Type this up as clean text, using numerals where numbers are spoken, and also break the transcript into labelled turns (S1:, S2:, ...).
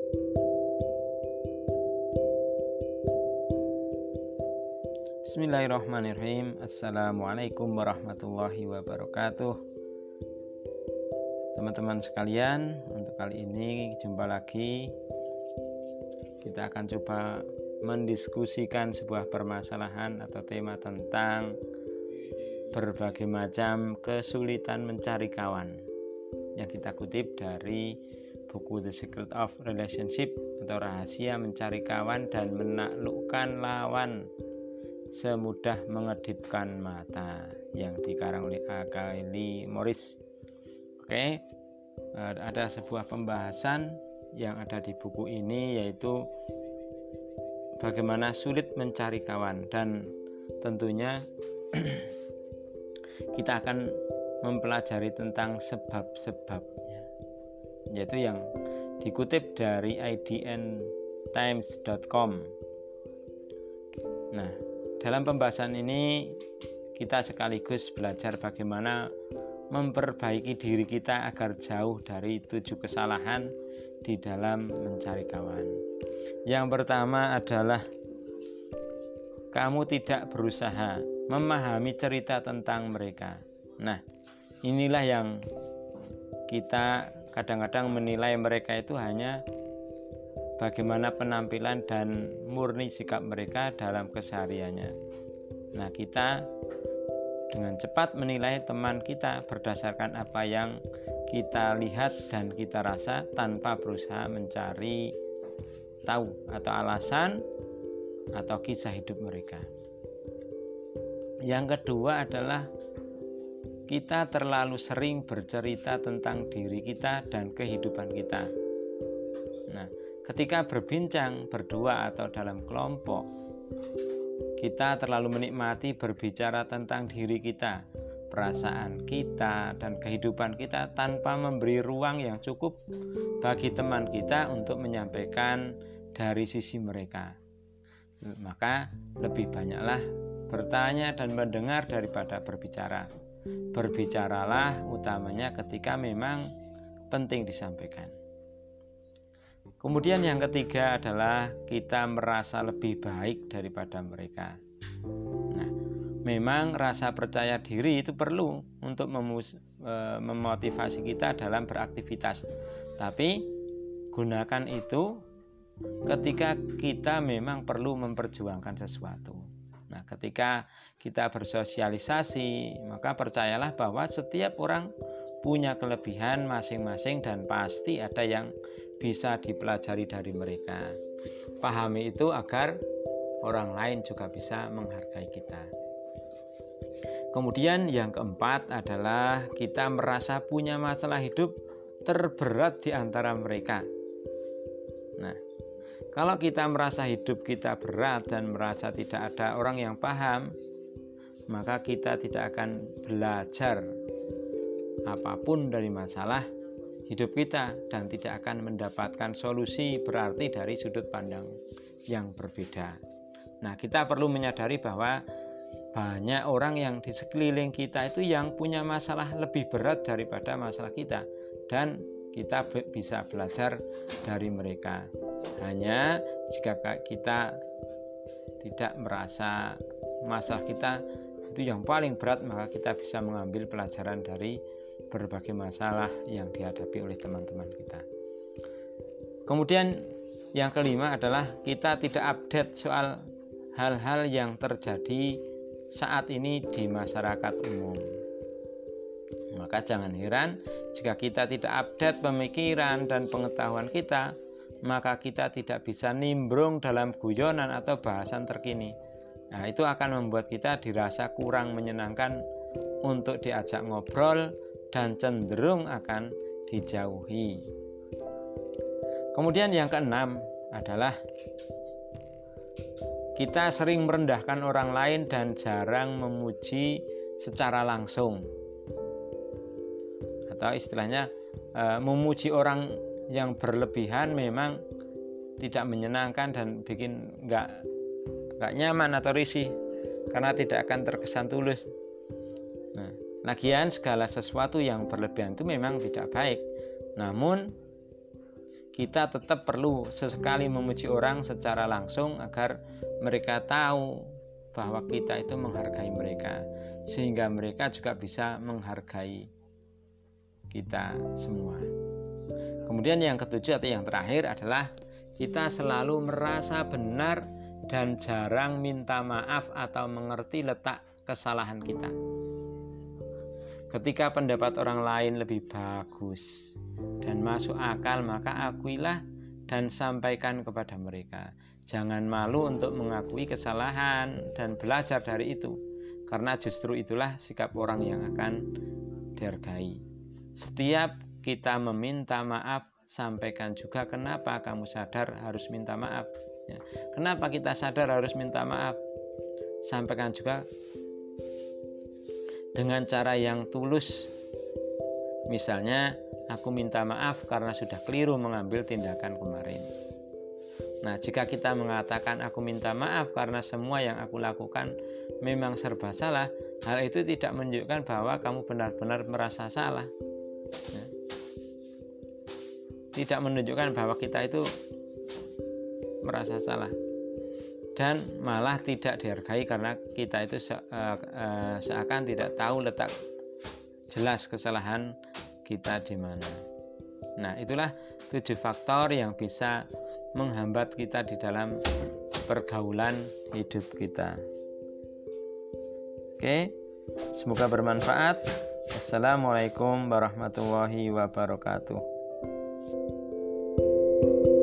S1: Bismillahirrahmanirrahim. Assalamualaikum warahmatullahi wabarakatuh. Teman-teman sekalian, untuk kali ini jumpa lagi. Kita akan coba mendiskusikan sebuah permasalahan atau tema tentang berbagai macam kesulitan mencari kawan, yang kita kutip dari buku The Secret of Relationship atau Rahasia Mencari Kawan dan Menaklukkan Lawan Semudah Mengedipkan Mata, yang dikarang oleh Kaylee Morris. Oke, ada sebuah pembahasan yang ada di buku ini, yaitu bagaimana sulit mencari kawan, dan tentunya kita akan mempelajari tentang sebab-sebabnya, yaitu yang dikutip dari idntimes.com. Nah, dalam pembahasan ini kita sekaligus belajar bagaimana memperbaiki diri kita agar jauh dari 7 kesalahan di dalam mencari kawan. Yang pertama adalah kamu tidak berusaha memahami cerita tentang mereka. Nah, inilah yang kita kadang-kadang menilai mereka itu hanya bagaimana penampilan dan murni sikap mereka dalam kesehariannya. Nah, kita dengan cepat menilai teman kita berdasarkan apa yang kita lihat dan kita rasa tanpa berusaha mencari tahu atau alasan atau kisah hidup mereka. Yang kedua adalah kita terlalu sering bercerita tentang diri kita dan kehidupan kita. Nah, ketika berbincang berdua atau dalam kelompok, kita terlalu menikmati berbicara tentang diri kita, perasaan kita, dan kehidupan kita tanpa memberi ruang yang cukup bagi teman kita untuk menyampaikan dari sisi mereka. Maka lebih banyaklah bertanya dan mendengar daripada berbicara. Berbicaralah utamanya ketika memang penting disampaikan. Kemudian yang ketiga adalah kita merasa lebih baik daripada mereka. Nah, memang rasa percaya diri itu perlu untuk memotivasi kita dalam beraktivitas. Tapi gunakan itu ketika kita memang perlu memperjuangkan sesuatu. Nah, ketika kita bersosialisasi, maka percayalah bahwa setiap orang punya kelebihan masing-masing dan pasti ada yang bisa dipelajari dari mereka. Pahami itu agar orang lain juga bisa menghargai kita. Kemudian yang keempat adalah kita merasa punya masalah hidup terberat di antara mereka. Nah, kalau kita merasa hidup kita berat dan merasa tidak ada orang yang paham, maka kita tidak akan belajar apapun dari masalah hidup kita dan tidak akan mendapatkan solusi berarti dari sudut pandang yang berbeda. Nah, kita perlu menyadari bahwa banyak orang yang di sekeliling kita itu yang punya masalah lebih berat daripada masalah kita, dan kita bisa belajar dari mereka. Hanya jika kita tidak merasa masalah kita itu yang paling berat, maka kita bisa mengambil pelajaran dari berbagai masalah yang dihadapi oleh teman-teman kita. Kemudian yang kelima adalah kita tidak update soal hal-hal yang terjadi saat ini di masyarakat umum. Maka jangan heran jika kita tidak update pemikiran dan pengetahuan kita, maka kita tidak bisa nimbrung dalam guyonan atau bahasan terkini. Nah, itu akan membuat kita dirasa kurang menyenangkan untuk diajak ngobrol dan cenderung akan dijauhi. Kemudian yang keenam adalah kita sering merendahkan orang lain dan jarang memuji secara langsung. Atau istilahnya memuji orang yang berlebihan memang tidak menyenangkan dan bikin nggak nyaman atau risih, karena tidak akan terkesan tulus. Nah, lagian segala sesuatu yang berlebihan itu memang tidak baik. Namun kita tetap perlu sesekali memuji orang secara langsung agar mereka tahu bahwa kita itu menghargai mereka, sehingga mereka juga bisa menghargai kita semua. Kemudian yang ketujuh atau yang terakhir adalah kita selalu merasa benar dan jarang minta maaf atau mengerti letak kesalahan kita. Ketika pendapat orang lain lebih bagus dan masuk akal, maka akuilah dan sampaikan kepada mereka. Jangan malu untuk mengakui kesalahan dan belajar dari itu, karena justru itulah sikap orang yang akan dihargai. Setiap kita meminta maaf, sampaikan juga kenapa kamu sadar harus minta maaf. Kenapa kita sadar harus minta maaf? Sampaikan juga dengan cara yang tulus. Misalnya, aku minta maaf karena sudah keliru mengambil tindakan kemarin. Nah, jika kita mengatakan aku minta maaf karena semua yang aku lakukan memang serba salah, hal itu tidak menunjukkan bahwa kamu benar-benar merasa salah. Tidak menunjukkan bahwa kita itu merasa salah, dan malah tidak dihargai karena kita itu seakan tidak tahu letak jelas kesalahan kita di mana. Nah, itulah 7 faktor yang bisa menghambat kita di dalam pergaulan hidup kita. Oke, semoga bermanfaat. Assalamualaikum warahmatullahi wabarakatuh.